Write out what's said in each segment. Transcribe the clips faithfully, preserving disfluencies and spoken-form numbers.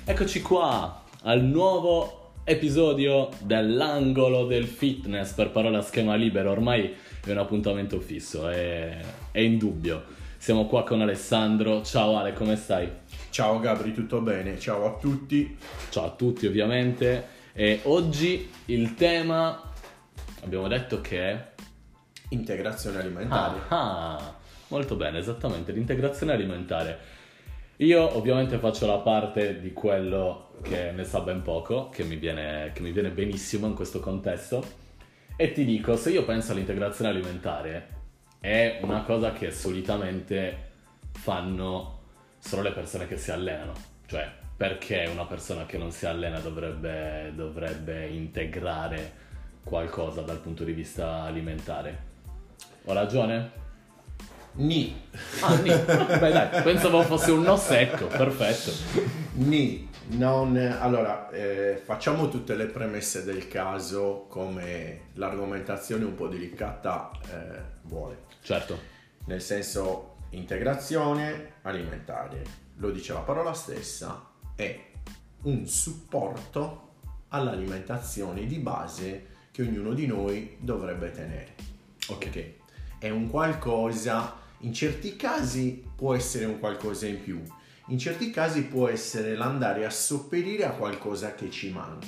Eccoci qua al nuovo episodio dell'angolo del fitness per parole a schema libero. Ormai è un appuntamento fisso, è, è indubbio. Siamo qua con Alessandro. Ciao Ale, come stai? Ciao Gabri, tutto bene? Ciao a tutti. Ciao a tutti ovviamente. E oggi il tema abbiamo detto che è integrazione alimentare. Ah, ah, molto bene, esattamente, l'integrazione alimentare. Io ovviamente faccio la parte di quello che ne sa ben poco, che mi viene, che mi viene benissimo in questo contesto, e ti dico, se io penso all'integrazione alimentare, è una cosa che solitamente fanno solo le persone che si allenano. Cioè, perché una persona che non si allena dovrebbe, dovrebbe integrare qualcosa dal punto di vista alimentare? Ho ragione? Ni. Ah, ni. Beh dai, pensavo fosse un no secco, perfetto. Ni. Non, allora, eh, facciamo tutte le premesse del caso come l'argomentazione un po' delicata eh, vuole. Certo. Nel senso, integrazione alimentare, lo dice la parola stessa, è un supporto all'alimentazione di base che ognuno di noi dovrebbe tenere. Ok. Okay. È un qualcosa, in certi casi può essere un qualcosa in più, in certi casi può essere l'andare a sopperire a qualcosa che ci manca.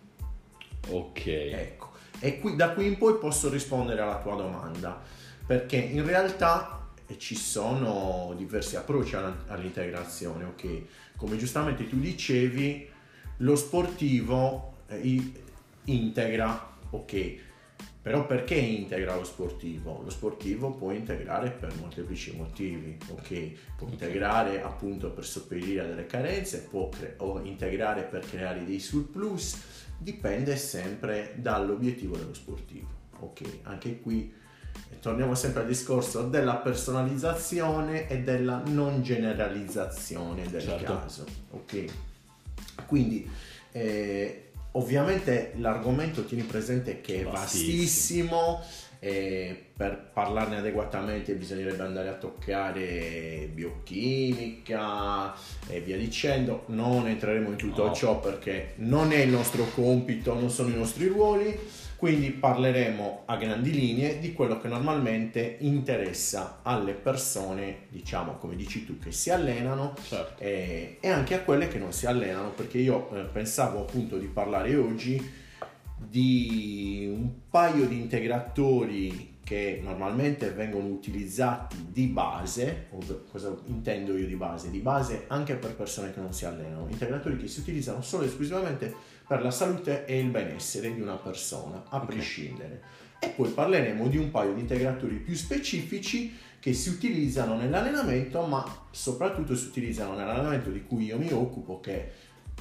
Ok. Ecco, e qui, da qui in poi posso rispondere alla tua domanda, perché in realtà ci sono diversi approcci all'integrazione, ok? Come giustamente tu dicevi, lo sportivo eh, integra, ok? Però perché integra lo sportivo? Lo sportivo può integrare per molteplici motivi, ok? Può integrare appunto per sopperire a delle carenze, può cre- o integrare per creare dei surplus, dipende sempre dall'obiettivo dello sportivo, ok? Anche qui eh, torniamo sempre al discorso della personalizzazione e della non generalizzazione del certo. caso, ok? Quindi eh, ovviamente l'argomento, tieni presente che è vastissimo, vastissimo e per parlarne adeguatamente bisognerebbe andare a toccare biochimica e via dicendo. Non entreremo in tutto no. ciò perché non è il nostro compito, non sono i nostri ruoli, quindi parleremo a grandi linee di quello che normalmente interessa alle persone, diciamo come dici tu, che si allenano, certo. e, e anche a quelle che non si allenano, perché io eh, pensavo appunto di parlare oggi di un paio di integratori che normalmente vengono utilizzati di base. Cosa intendo io di base? Di base anche per persone che non si allenano, integratori che si utilizzano solo e esclusivamente per la salute e il benessere di una persona, a okay. prescindere. E poi parleremo di un paio di integratori più specifici che si utilizzano nell'allenamento, ma soprattutto si utilizzano nell'allenamento di cui io mi occupo, che è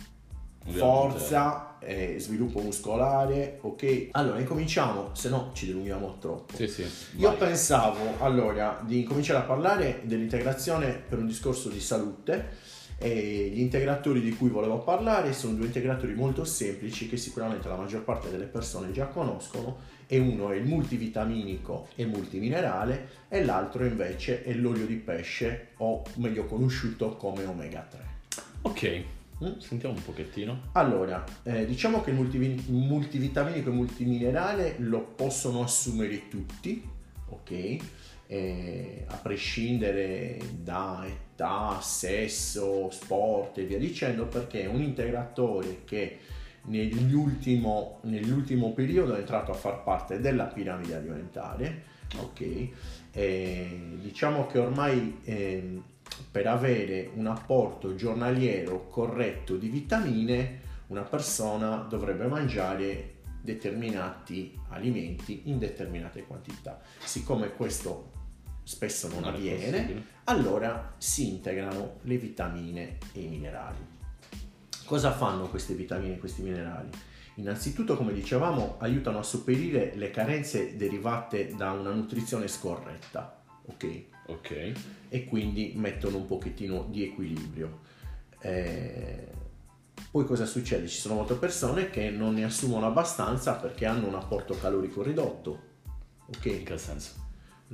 forza, eh, sviluppo muscolare, ok? Allora, incominciamo, se no ci dilunghiamo troppo. Sì, sì. Io Vai. pensavo, allora, di incominciare a parlare dell'integrazione per un discorso di salute, e gli integratori di cui volevo parlare sono due integratori molto semplici che sicuramente la maggior parte delle persone già conoscono, e uno è il multivitaminico e multiminerale e l'altro invece è l'olio di pesce, o meglio conosciuto come omega tre. Ok. Sentiamo un pochettino. Allora, eh, diciamo che il multivi- multivitaminico e multiminerale lo possono assumere tutti, ok? Eh, a prescindere da età, sesso, sport e via dicendo, perché è un integratore che nell'ultimo, nell'ultimo periodo è entrato a far parte della piramide alimentare, ok? Eh, diciamo che ormai eh, per avere un apporto giornaliero corretto di vitamine una persona dovrebbe mangiare determinati alimenti in determinate quantità. Siccome questo spesso non, non avviene, allora si integrano le vitamine e i minerali. Cosa fanno queste vitamine e questi minerali? Innanzitutto, come dicevamo, aiutano a sopperire le carenze derivate da una nutrizione scorretta, ok? Ok. E quindi mettono un pochettino di equilibrio. Eh, poi cosa succede? Ci sono molte persone che non ne assumono abbastanza perché hanno un apporto calorico ridotto, ok? In che senso?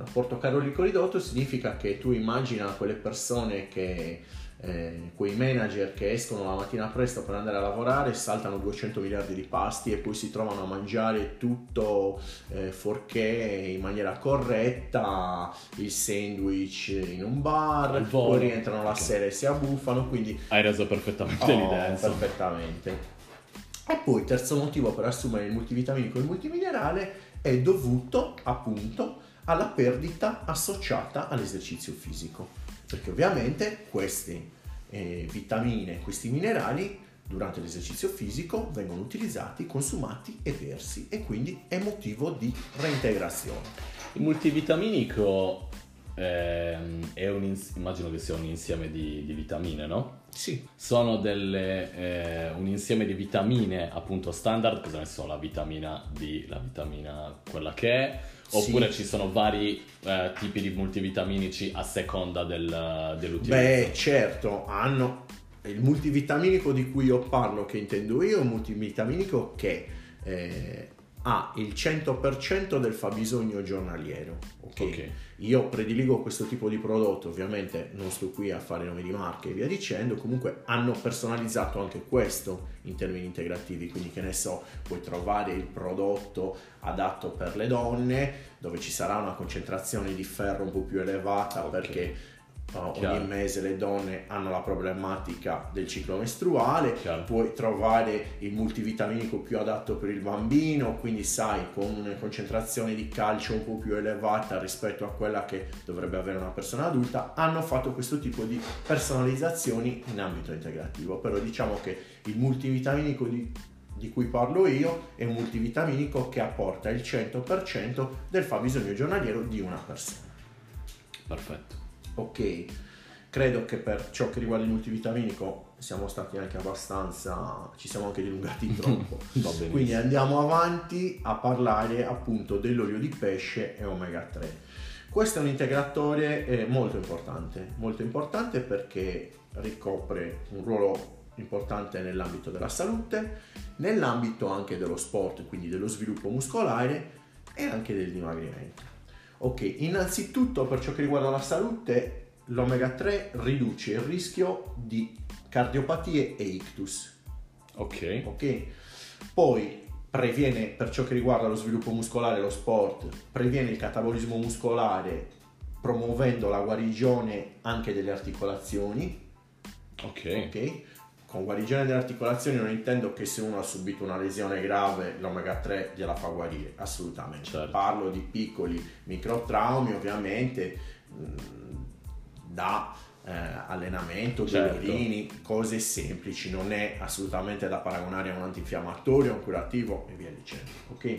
un apporto calorico ridotto significa che tu immagina quelle persone che Eh, quei manager che escono la mattina presto per andare a lavorare, saltano duecento miliardi di pasti e poi si trovano a mangiare tutto eh, forché in maniera corretta, il sandwich in un bar, poi rientrano la okay. sera e si abbuffano, quindi hai reso perfettamente oh, l'idea, insomma. perfettamente. E poi terzo motivo per assumere il multivitaminico e il multiminerale è dovuto appunto alla perdita associata all'esercizio fisico, perché ovviamente queste eh, vitamine, questi minerali durante l'esercizio fisico vengono utilizzati, consumati e persi, e quindi è motivo di reintegrazione. Il multivitaminico ehm, è un ins- immagino che sia un insieme di, di vitamine, no? Sì. Sono delle, eh, un insieme di vitamine appunto standard, cosa ne so, la vitamina D, la vitamina quella che è, oppure sì, ci sono vari eh, tipi di multivitaminici a seconda del, dell'utilizzo? Beh, certo, hanno il multivitaminico di cui io parlo, che intendo io, è un multivitaminico che eh, ha il cento per cento del fabbisogno giornaliero. Okay? Ok. Io prediligo questo tipo di prodotto, ovviamente non sto qui a fare nomi di marche e via dicendo, comunque hanno personalizzato anche questo in termini integrativi, quindi che ne so, puoi trovare il prodotto adatto per le donne, dove ci sarà una concentrazione di ferro un po' più elevata, okay, perché Uh, ogni mese le donne hanno la problematica del ciclo mestruale. Chiaro. Puoi trovare il multivitaminico più adatto per il bambino, quindi sai, con una concentrazione di calcio un po' più elevata rispetto a quella che dovrebbe avere una persona adulta. Hanno fatto questo tipo di personalizzazioni in ambito integrativo, però diciamo che il multivitaminico di di cui parlo io è un multivitaminico che apporta il cento per cento del fabbisogno giornaliero di una persona. Perfetto. Ok, credo che per ciò che riguarda il multivitaminico siamo stati anche abbastanza, ci siamo anche dilungati troppo. Quindi andiamo avanti a parlare appunto dell'olio di pesce e omega tre. Questo è un integratore eh, molto importante, molto importante perché ricopre un ruolo importante nell'ambito della salute, nell'ambito anche dello sport, quindi dello sviluppo muscolare e anche del dimagrimento. Ok, innanzitutto per ciò che riguarda la salute, l'omega tre riduce il rischio di cardiopatie e ictus. Ok. Ok. Poi previene, per ciò che riguarda lo sviluppo muscolare e lo sport, previene il catabolismo muscolare promuovendo la guarigione anche delle articolazioni. Ok. Ok. Con guarigione delle articolazioni non intendo che se uno ha subito una lesione grave l'omega tre gliela fa guarire, assolutamente. Certo. Parlo di piccoli microtraumi, ovviamente mh, da eh, allenamento, certo, dolorini, cose semplici, non è assolutamente da paragonare a un antinfiammatorio, un curativo e via dicendo, ok?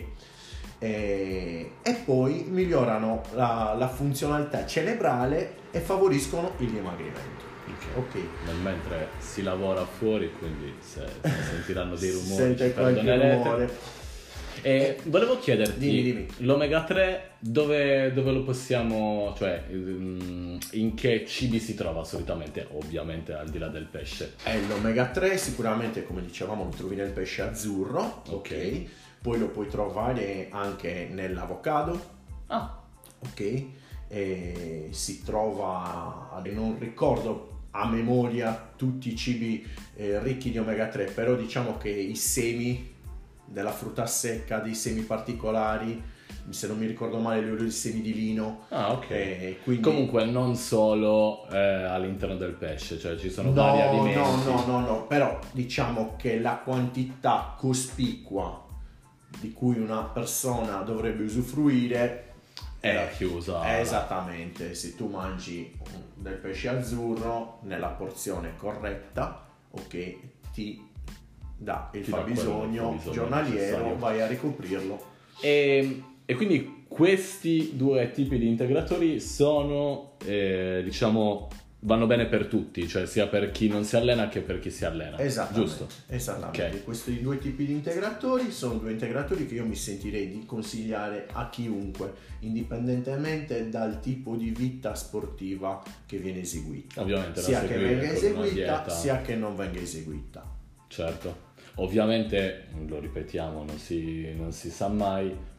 E, e poi migliorano la, la funzionalità cerebrale e favoriscono il dimagrimento. Ok, nel mentre si lavora fuori, quindi se, se sentiranno dei rumori, sente qualche rumore. E volevo chiederti, dimmi, dimmi. l'omega tre dove, dove lo possiamo, cioè in che cibi si trova solitamente, ovviamente al di là del pesce? Eh, l'omega tre sicuramente, come dicevamo, lo trovi nel pesce azzurro, ok, okay. Poi lo puoi trovare anche nell'avocado, ah, ok, e si trova, non ricordo a memoria tutti i cibi eh, ricchi di omega tre, però diciamo che i semi della frutta secca, dei semi particolari, se non mi ricordo male gli oli di semi di lino. Ah, ok. Eh, quindi... Comunque non solo eh, all'interno del pesce, cioè ci sono no, vari alimenti. No, no, no, no, però diciamo che la quantità cospicua di cui una persona dovrebbe usufruire era chiusa. Esattamente, se tu mangi del pesce azzurro nella porzione corretta, ok, ti dà il fabbisogno giornaliero, vai a ricoprirlo. E, e quindi questi due tipi di integratori sono, eh, diciamo, vanno bene per tutti, cioè sia per chi non si allena che per chi si allena. Esattamente, giusto? Esattamente. Okay. Questi due tipi di integratori sono due integratori che io mi sentirei di consigliare a chiunque, indipendentemente dal tipo di vita sportiva che viene eseguita. Ovviamente sia che venga eseguita, sia che non venga eseguita. Certo. Ovviamente, lo ripetiamo, non si, non si sa mai,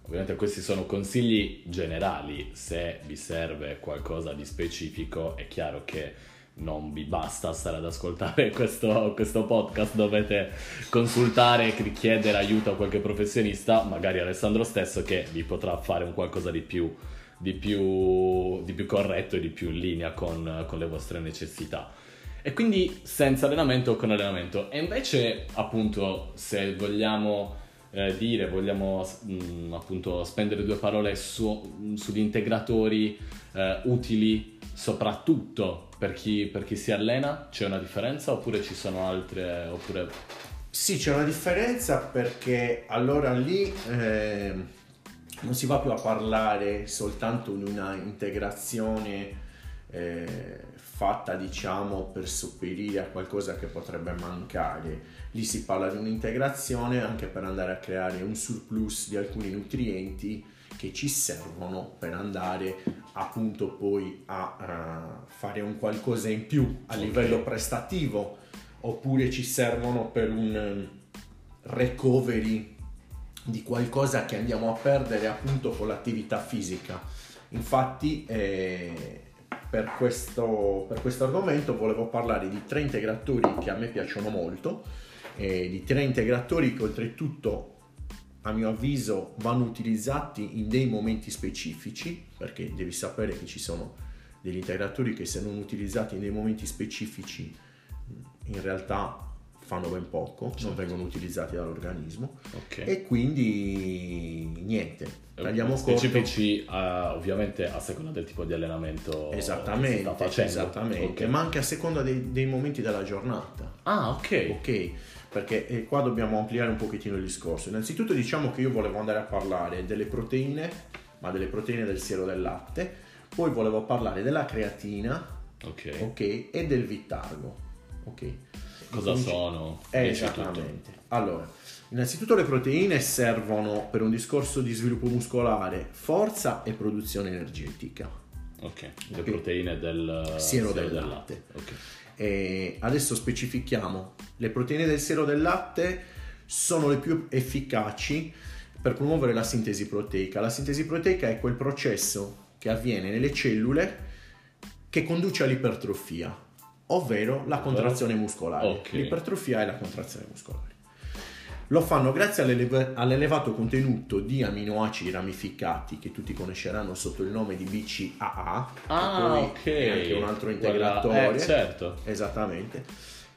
Ovviamente questi sono consigli generali, se vi serve qualcosa di specifico è chiaro che non vi basta stare ad ascoltare questo, questo podcast, dovete consultare e chiedere aiuto a qualche professionista, magari Alessandro stesso, che vi potrà fare un qualcosa di più, di più, di più corretto e di più in linea con, con le vostre necessità. E quindi senza allenamento o con allenamento. E invece, appunto, se vogliamo eh, dire, vogliamo mh, appunto spendere due parole su, sugli integratori eh, utili soprattutto per chi, per chi si allena, c'è una differenza oppure ci sono altre? Oppure... Sì, c'è una differenza, perché allora lì eh, non si va più a parlare soltanto di una integrazione eh, fatta, diciamo, per sopperire a qualcosa che potrebbe mancare. Lì si parla di un'integrazione anche per andare a creare un surplus di alcuni nutrienti che ci servono per andare appunto poi a uh, fare un qualcosa in più a okay. livello prestativo, oppure ci servono per un recovery di qualcosa che andiamo a perdere appunto con l'attività fisica. Infatti eh, per questo, per questo argomento volevo parlare di tre integratori che a me piacciono molto, eh, di tre integratori che oltretutto a mio avviso vanno utilizzati in dei momenti specifici, perché devi sapere che ci sono degli integratori che se non utilizzati in dei momenti specifici in realtà fanno ben poco, certo. non vengono utilizzati dall'organismo, okay. e quindi niente, tagliamo specifici corto. Uh, ovviamente a seconda del tipo di allenamento esattamente, che si sta facendo. Esattamente, okay. ma anche a seconda dei, dei momenti della giornata. Ah, ok. Ok. Perché eh, qua dobbiamo ampliare un pochettino il discorso. Innanzitutto diciamo che io volevo andare a parlare delle proteine, ma delle proteine del siero del latte, poi volevo parlare della creatina, ok, okay e del Vitargo, ok. Cosa Cominci... sono? Eh, esattamente. Allora, innanzitutto le proteine servono per un discorso di sviluppo muscolare, forza e produzione energetica. Ok, le okay. proteine del siero, siero del, del latte. latte. Ok. E adesso specifichiamo: le proteine del siero del latte sono le più efficaci per promuovere la sintesi proteica. La sintesi proteica è quel processo che avviene nelle cellule che conduce all'ipertrofia, ovvero la contrazione muscolare. Okay. L'ipertrofia è la contrazione muscolare. Lo fanno grazie all'eleva- all'elevato contenuto di aminoacidi ramificati che tutti conosceranno sotto il nome di B C A A. Ah, ok. È anche un altro integratore. Eh, certo. Esattamente.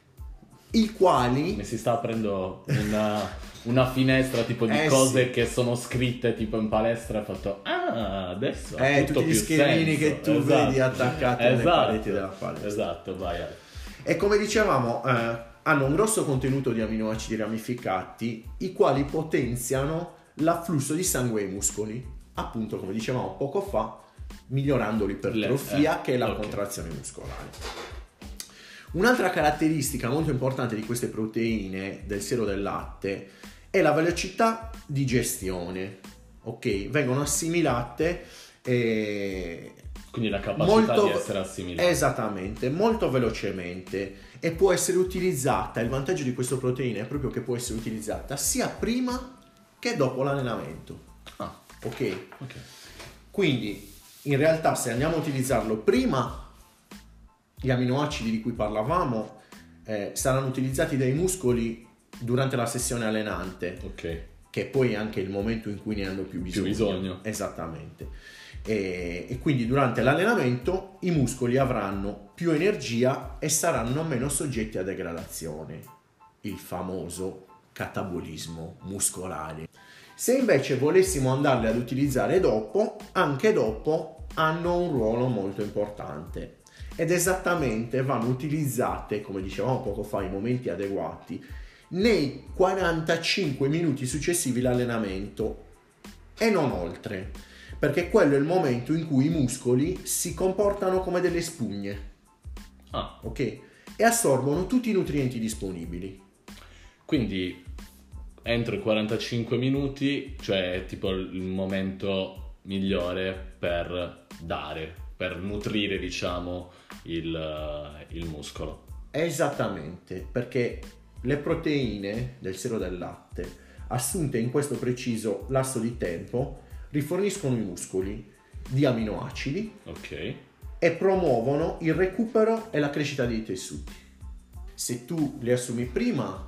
I quali... Mi si sta aprendo una, una finestra tipo di eh, cose sì. che sono scritte tipo in palestra e ho fatto ah, adesso ha eh, tutto tutti gli più schemini senso. che tu Esatto. vedi attaccati esatto. alle pareti della palestra. Esatto, vai. E come dicevamo... Eh, hanno un grosso contenuto di aminoacidi ramificati, i quali potenziano l'afflusso di sangue ai muscoli, appunto come dicevamo poco fa, migliorando l'ipertrofia, eh, che è la okay. contrazione muscolare. Un'altra caratteristica molto importante di queste proteine del siero del latte è la velocità di gestione. Ok, vengono assimilate e quindi la capacità molto, di essere assimilate. Esattamente, molto velocemente, e può essere utilizzata, il vantaggio di questa proteina è proprio che può essere utilizzata sia prima che dopo l'allenamento. Ah, ok? Ok. Quindi in realtà se andiamo a utilizzarlo prima, gli aminoacidi di cui parlavamo eh, saranno utilizzati dai muscoli durante la sessione allenante, ok, che poi è anche il momento in cui ne hanno più bisogno. Più bisogno. Esattamente. E, e quindi durante l'allenamento i muscoli avranno più energia e saranno meno soggetti a degradazione, il famoso catabolismo muscolare. Se invece volessimo andarli ad utilizzare dopo, anche dopo hanno un ruolo molto importante, ed esattamente vanno utilizzate, come dicevamo poco fa, in momenti adeguati nei quarantacinque minuti successivi all'allenamento e non oltre, perché quello è il momento in cui i muscoli si comportano come delle spugne, ah. ok? E assorbono tutti i nutrienti disponibili. Quindi entro i quarantacinque minuti, cioè tipo il momento migliore per dare, per nutrire, diciamo, il, il muscolo. Esattamente, perché le proteine del siero del latte assunte in questo preciso lasso di tempo, riforniscono i muscoli di aminoacidi Ok. e promuovono il recupero e la crescita dei tessuti. Se tu li assumi prima,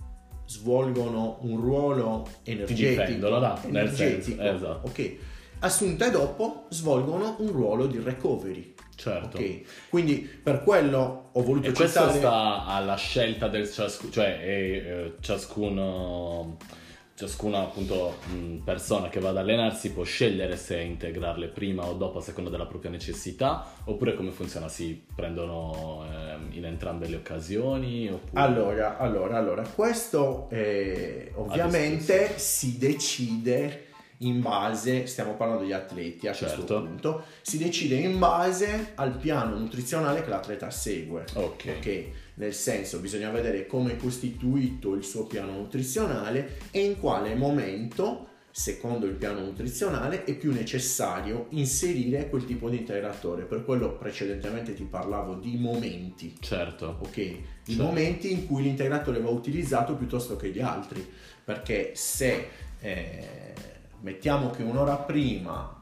svolgono un ruolo energetico, difendono, là, nel energetico, senso, esatto. ok. Assunte dopo, svolgono un ruolo di recovery. Certo. Ok, quindi per quello ho voluto E questo citare... sta alla scelta del ciascuno, cioè è, eh, ciascuno, ciascuna appunto mh, persona che va ad allenarsi può scegliere se integrarle prima o dopo a seconda della propria necessità, oppure come funziona? Si prendono eh, in entrambe le occasioni? Oppure... Allora, allora, allora, questo eh, ovviamente si decide in base, stiamo parlando di atleti a Certo. questo punto, si decide in base al piano nutrizionale che l'atleta segue. Ok. Ok, nel senso bisogna vedere come è costituito il suo piano nutrizionale e in quale momento, secondo il piano nutrizionale, è più necessario inserire quel tipo di integratore. Per quello precedentemente ti parlavo di momenti. Certo. Ok, i Certo. momenti in cui l'integratore va utilizzato piuttosto che gli altri, perché se eh, mettiamo che un'ora prima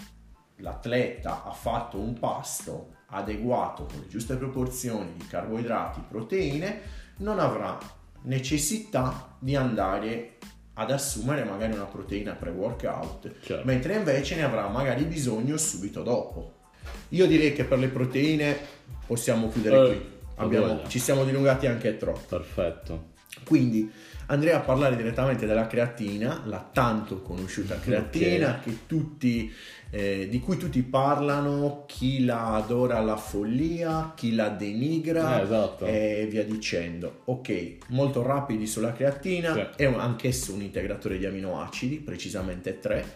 l'atleta ha fatto un pasto adeguato con le giuste proporzioni di carboidrati, proteine, non avrà necessità di andare ad assumere magari una proteina pre-workout, Certo. mentre invece ne avrà magari bisogno subito dopo. Io direi che per le proteine possiamo chiudere Eh, qui. Abbiamo, voglia. ci siamo dilungati anche troppo. Perfetto. Quindi andrei a parlare direttamente della creatina, la tanto conosciuta creatina, Ok. che tutti, eh, di cui tutti parlano, chi la adora alla follia, chi la denigra Eh, esatto. e via dicendo. Ok, molto rapidi sulla creatina, Sì. è un- anch'esso un integratore di aminoacidi, precisamente tre,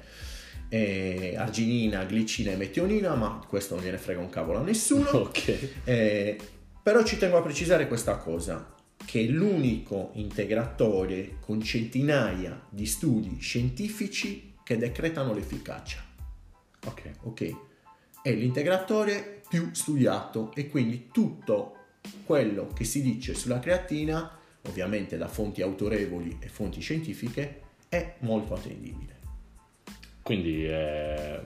eh, arginina, glicina e metionina, ma questo non gliene frega un cavolo a nessuno. Ok. Eh, però ci tengo a precisare questa cosa, che è l'unico integratore con centinaia di studi scientifici che decretano l'efficacia. Ok. Ok? È l'integratore più studiato e quindi tutto quello che si dice sulla creatina, ovviamente da fonti autorevoli e fonti scientifiche, è molto attendibile. Quindi eh,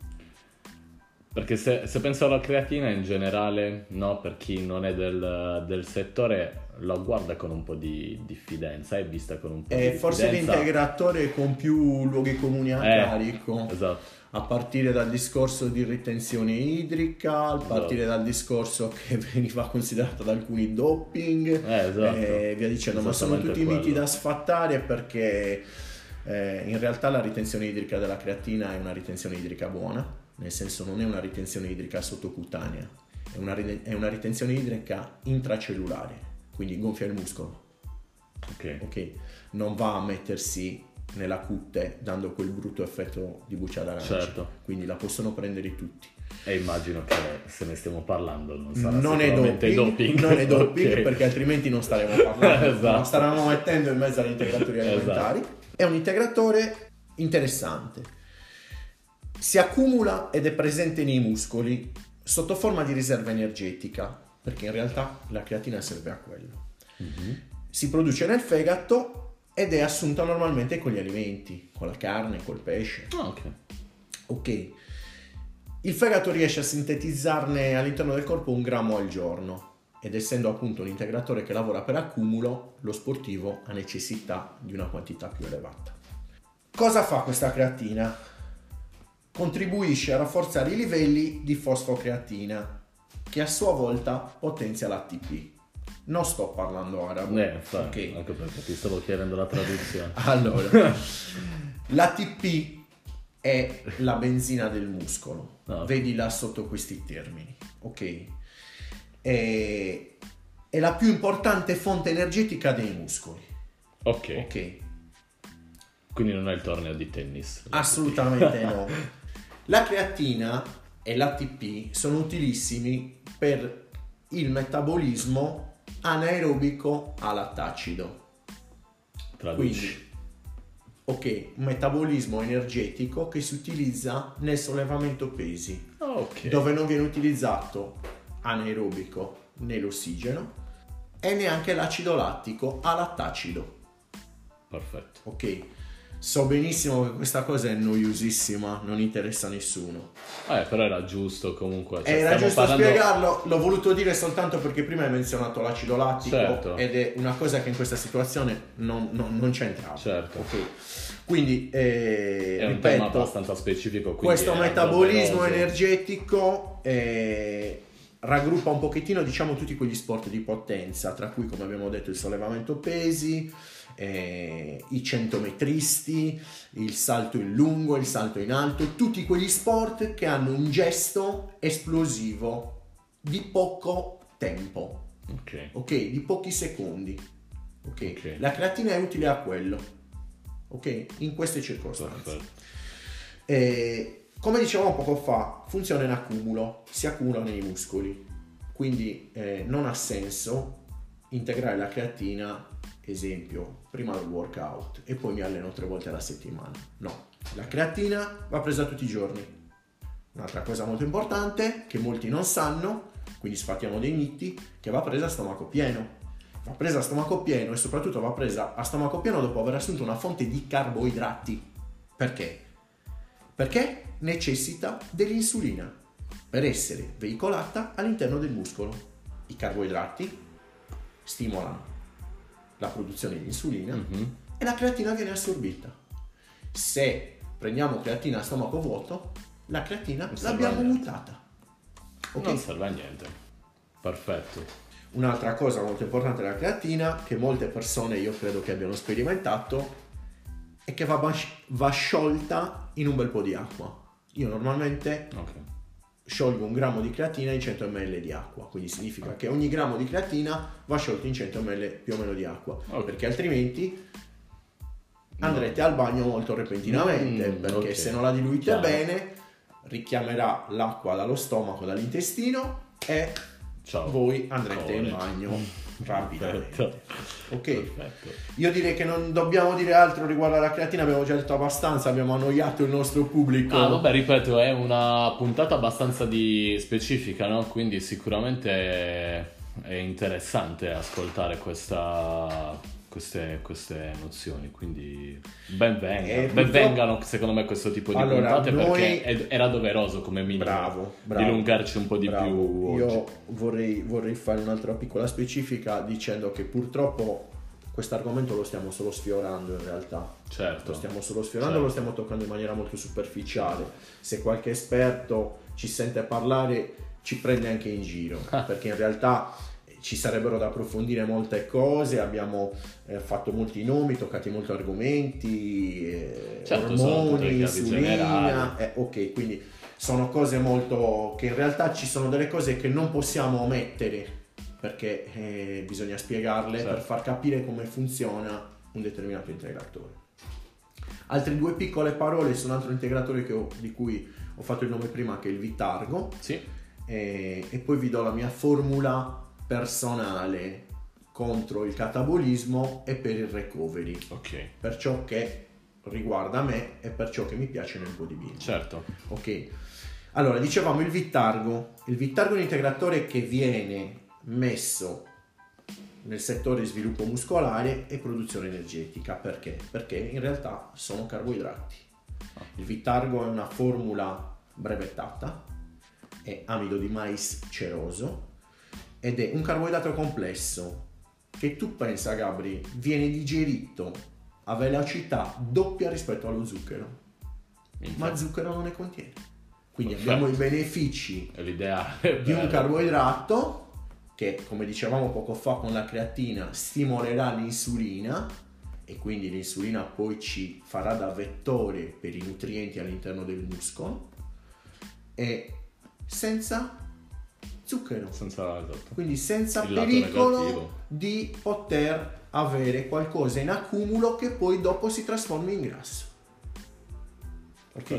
perché se, se penso alla creatina in generale, no, per chi non è del, del settore lo guarda con un po' di diffidenza, è vista con un po' È di forse diffidenza. l'integratore con più luoghi comuni a Eh, carico. Esatto. A partire dal discorso di ritenzione idrica, a partire Esatto. dal discorso che veniva considerato da alcuni doping, Eh, esatto. e via dicendo, ma sono Esattamente tutti miti quello. da sfattare, perché eh, in realtà la ritenzione idrica della creatina è una ritenzione idrica buona, nel senso non è una ritenzione idrica sottocutanea, è una, ri- è una ritenzione idrica intracellulare, quindi gonfia il muscolo. Ok. Ok, non va a mettersi nella cute dando quel brutto effetto di buccia d'arancia. Certo. Quindi la possono prendere tutti. E immagino che se ne stiamo parlando non sarà Non è sicuramente doping, non è doping Ok. perché altrimenti non staremo parlando, Esatto. non staremmo mettendo in mezzo agli integratori alimentari. È un integratore interessante. Si accumula ed è presente nei muscoli sotto forma di riserva energetica, perché in realtà la creatina serve a quello. Mhm. Si produce nel fegato ed è assunta normalmente con gli alimenti, con la carne, col pesce. Ah, ok. Ok. Il fegato riesce a sintetizzarne all'interno del corpo un grammo al giorno ed essendo appunto un integratore che lavora per accumulo, lo sportivo ha necessità di una quantità più elevata. Cosa fa questa creatina? Contribuisce a rafforzare i livelli di fosfocreatina, che a sua volta potenzia l'A T P. Non sto parlando arabo. Eh, infatti, ok. anche perché ti stavo chiedendo la traduzione. Allora, l'A T P è la benzina del muscolo. Ah, ok. Vedila sotto questi termini, ok? È, è la più importante fonte energetica dei muscoli, Ok. ok? Quindi non è il torneo di tennis. Assolutamente no. La creatina e l'A T P sono utilissimi per il metabolismo anaerobico a lattacido. Traduci. Quindi, ok, un metabolismo energetico che si utilizza nel sollevamento pesi, Ah, ok. dove non viene utilizzato anaerobico né l'ossigeno e neanche l'acido lattico a lattacido. Perfetto. Ok, So benissimo che questa cosa è noiosissima, non interessa a nessuno. Eh, però era giusto comunque. Cioè, Era giusto parlando... spiegarlo, l'ho voluto dire soltanto perché prima hai menzionato l'acido lattico, certo. ed è una cosa che in questa situazione non, non, non c'entrava. Certo. Okay. Quindi, eh, è un ripeto, tema abbastanza specifico. Questo metabolismo doveroso. energetico eh, raggruppa un pochettino, diciamo, tutti quegli sport di potenza, tra cui, come abbiamo detto, il sollevamento pesi, Eh, i centometristi, il salto in lungo, il salto in alto, tutti quegli sport che hanno un gesto esplosivo di poco tempo, ok, ok, di pochi secondi, ok, okay. La creatina è utile a quello, ok, in queste circostanze. Eh, come dicevamo poco fa, funziona in accumulo, si accumulano nei muscoli, quindi eh, non ha senso integrare la creatina, esempio, prima del workout e poi mi alleno tre volte alla settimana. No, la creatina va presa tutti i giorni. Un'altra cosa molto importante che molti non sanno, quindi sfattiamo dei miti, che va presa a stomaco pieno. Va presa a stomaco pieno e soprattutto va presa a stomaco pieno dopo aver assunto una fonte di carboidrati. Perché? Perché necessita dell'insulina per essere veicolata all'interno del muscolo. I carboidrati stimolano la produzione di insulina, mm-hmm. e la creatina viene assorbita. Se prendiamo creatina a stomaco vuoto, la creatina l'abbiamo mutata. Okay? Non serve a niente. Perfetto. Un'altra cosa molto importante della creatina, che molte persone io credo che abbiano sperimentato, è che va, va sciolta in un bel po' di acqua. Io normalmente okay. sciolgo un grammo di creatina in cento millilitri di acqua, quindi significa okay. che ogni grammo di creatina va sciolto in cento millilitri più o meno di acqua, okay. perché altrimenti andrete no. al bagno molto repentinamente, mm, perché okay. se non la diluite Chiaro. bene richiamerà l'acqua dallo stomaco, dall'intestino e Ciao. voi andrete Core. in bagno rapidamente. Ok, Perfetto. Io direi che non dobbiamo dire altro riguardo alla creatina, abbiamo già detto abbastanza, abbiamo annoiato il nostro pubblico. Ah, vabbè, ripeto, è una puntata abbastanza di specifica, no? Quindi sicuramente è interessante ascoltare questa, queste, queste nozioni, quindi ben venga, eh, ben vengano secondo me questo tipo di allora, puntate, noi... perché era doveroso come minimo bravo, bravo, dilungarci un po' di bravo. più oggi. Io vorrei, vorrei fare un'altra piccola specifica dicendo che purtroppo questo argomento lo stiamo solo sfiorando in realtà. Certo. Lo stiamo solo sfiorando, certo. lo stiamo toccando in maniera molto superficiale. Se qualche esperto ci sente parlare ci prende anche in giro, ah. perché in realtà ci sarebbero da approfondire molte cose, abbiamo eh, fatto molti nomi, toccati molti argomenti, eh, certo, ormoni, insulina, eh, ok, quindi sono cose molto che in realtà ci sono delle cose che non possiamo omettere perché eh, bisogna spiegarle certo. per far capire come funziona un determinato integratore. Altre due piccole parole su un altro integratore che ho, di cui ho fatto il nome prima, che è il Vitargo, sì. e, e poi vi do la mia formula personale contro il catabolismo e per il recovery, ok, per ciò che riguarda me e per ciò che mi piace nel bodybuilding. Certo. Ok, allora dicevamo il Vitargo. Il Vitargo è un integratore che viene messo nel settore sviluppo muscolare e produzione energetica. Perché? Perché in realtà sono carboidrati. Il Vitargo è una formula brevettata, è amido di mais ceroso ed è un carboidrato complesso che tu pensa, Gabri, viene digerito a velocità doppia rispetto allo zucchero. Infatti. Ma zucchero non ne contiene. Quindi Perfetto. abbiamo i benefici di un carboidrato che, come dicevamo poco fa con la creatina, stimolerà l'insulina e quindi l'insulina poi ci farà da vettore per i nutrienti all'interno del muscolo e senza zucchero, senza, esatto. quindi senza Il pericolo di poter avere qualcosa in accumulo che poi dopo si trasformi in grasso. Ok?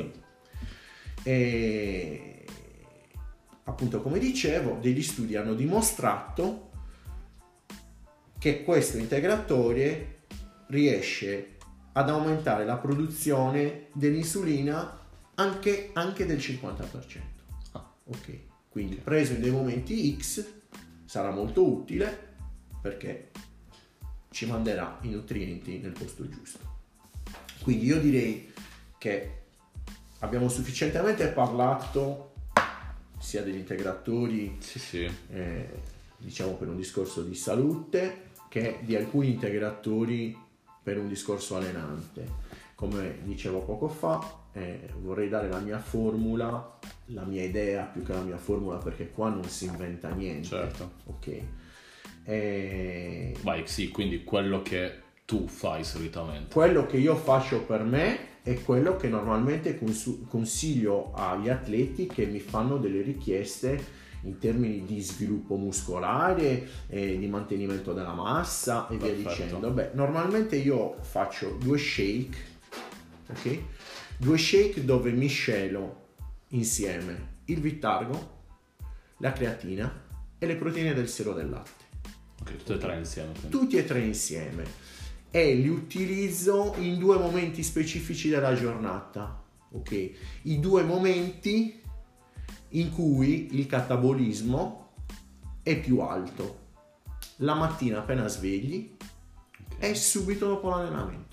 E appunto, come dicevo, degli studi hanno dimostrato che questo integratore riesce ad aumentare la produzione dell'insulina anche, anche del cinquanta per cento. Ah, ok. Quindi preso in dei momenti X sarà molto utile perché ci manderà i nutrienti nel posto giusto. Quindi io direi che abbiamo sufficientemente parlato sia degli integratori, sì, sì. Eh, diciamo per un discorso di salute, che di alcuni integratori per un discorso allenante. Come dicevo poco fa, eh, vorrei dare la mia formula, la mia idea più che la mia formula, perché qua non si inventa niente. Certo. Ok. E... Vai, sì, quindi quello che tu fai solitamente. Quello che io faccio per me è quello che normalmente cons- consiglio agli atleti che mi fanno delle richieste in termini di sviluppo muscolare, eh, di mantenimento della massa e Perfetto. via dicendo. Beh, normalmente io faccio due shake, ok? Due shake dove miscelo insieme il Vittargo, la creatina e le proteine del siero del latte. Ok, tutte e tre insieme. Quindi. Tutti e tre insieme. E li utilizzo in due momenti specifici della giornata, ok? I due momenti in cui il catabolismo è più alto, la mattina appena svegli, okay, e subito dopo l'allenamento.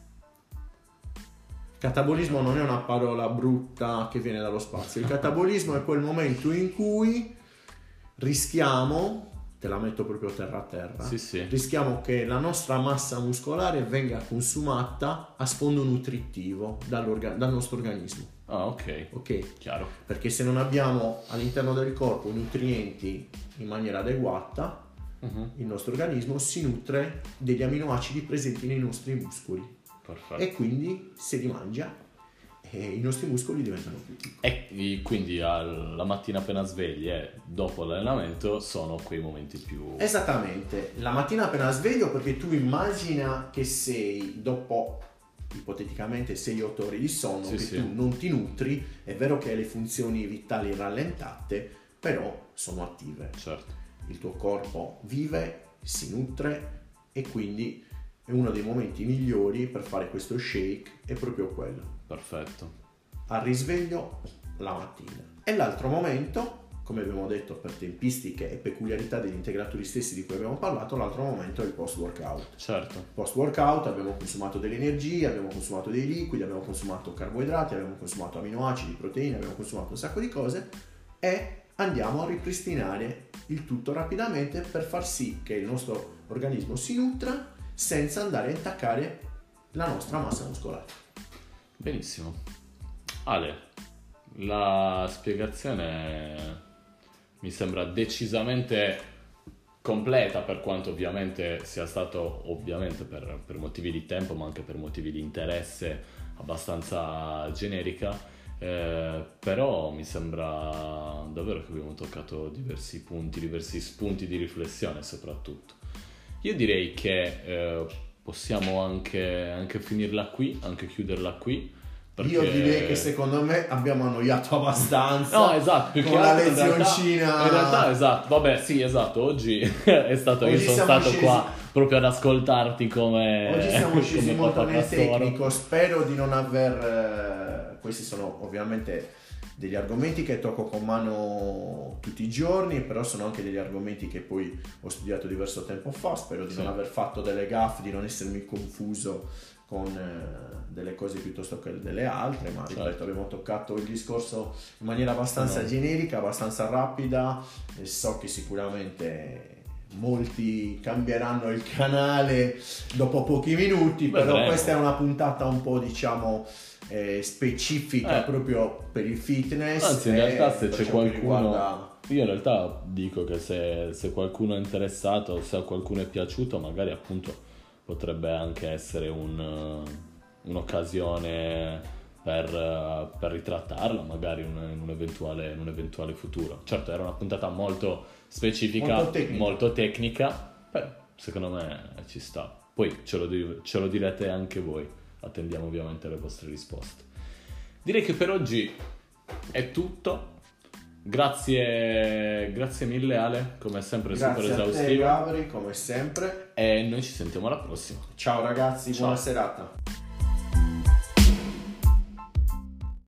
Catabolismo non è una parola brutta che viene dallo spazio, il catabolismo è quel momento in cui rischiamo, te la metto proprio terra a terra, sì, sì. rischiamo che la nostra massa muscolare venga consumata a sfondo nutritivo dal nostro organismo. Ah, ok. Ok, chiaro. Perché se non abbiamo all'interno del corpo nutrienti in maniera adeguata, uh-huh, il nostro organismo si nutre degli aminoacidi presenti nei nostri muscoli. Perfetto. E quindi se li mangia, e i nostri muscoli diventano più piccoli. E quindi la mattina appena svegli e dopo l'allenamento sono quei momenti più... Esattamente, la mattina appena sveglio, perché tu immagina che sei dopo ipoteticamente sei otto ore di sonno, sì, che sì, tu non ti nutri, è vero che hai le funzioni vitali rallentate, però sono attive. Certo. Il tuo corpo vive, si nutre e quindi è uno dei momenti migliori per fare questo shake, è proprio quello. Perfetto. Al risveglio la mattina. E l'altro momento, come abbiamo detto per tempistiche e peculiarità degli integratori stessi di cui abbiamo parlato, l'altro momento è il post workout. Certo. Post workout abbiamo consumato delle energie, abbiamo consumato dei liquidi, abbiamo consumato carboidrati, abbiamo consumato aminoacidi, proteine, abbiamo consumato un sacco di cose e andiamo a ripristinare il tutto rapidamente per far sì che il nostro organismo si nutra senza andare a intaccare la nostra massa muscolare. Benissimo. Ale, la spiegazione mi sembra decisamente completa, per quanto ovviamente sia stato, ovviamente per, per motivi di tempo ma anche per motivi di interesse, abbastanza generica, eh, però mi sembra davvero che abbiamo toccato diversi punti, diversi spunti di riflessione soprattutto. Io direi che eh, possiamo anche, anche finirla qui, anche chiuderla qui. Perché... Io direi che secondo me abbiamo annoiato abbastanza. No, esatto, più con che la altro, lezioncina. In realtà, in realtà, esatto, vabbè, sì, esatto. Oggi è stato, Oggi io sono stato scesi... qua proprio ad ascoltarti come. Oggi siamo scesi come molto nel pastoro. tecnico. Spero di non aver. Questi sono ovviamente degli argomenti che tocco con mano tutti i giorni, però sono anche degli argomenti che poi ho studiato diverso tempo fa. Spero di sì. non aver fatto delle gaffe, di non essermi confuso con eh, delle cose piuttosto che delle altre, ma ripeto, certo. abbiamo toccato il discorso in maniera abbastanza no. generica, abbastanza rapida, e so che sicuramente molti cambieranno il canale dopo pochi minuti. Vedremo. Però questa è una puntata un po', diciamo, eh, specifica eh. proprio per il fitness. Anzi, in realtà se c'è qualcuno riguarda... io in realtà dico che se, se qualcuno è interessato, se a qualcuno è piaciuto, magari appunto potrebbe anche essere un, un'occasione per, per ritrattarla magari in un, in, un eventuale, in un eventuale futuro. Certo, era una puntata molto specifica, molto tecnica, molto tecnica, però secondo me ci sta. Poi ce lo, ce lo direte anche voi, attendiamo ovviamente le vostre risposte. Direi che per oggi è tutto. Grazie, grazie mille Ale, come sempre grazie super esaustivo. Grazie a te Gabri, come sempre. E noi ci sentiamo alla prossima. Ciao ragazzi, Ciao. buona serata.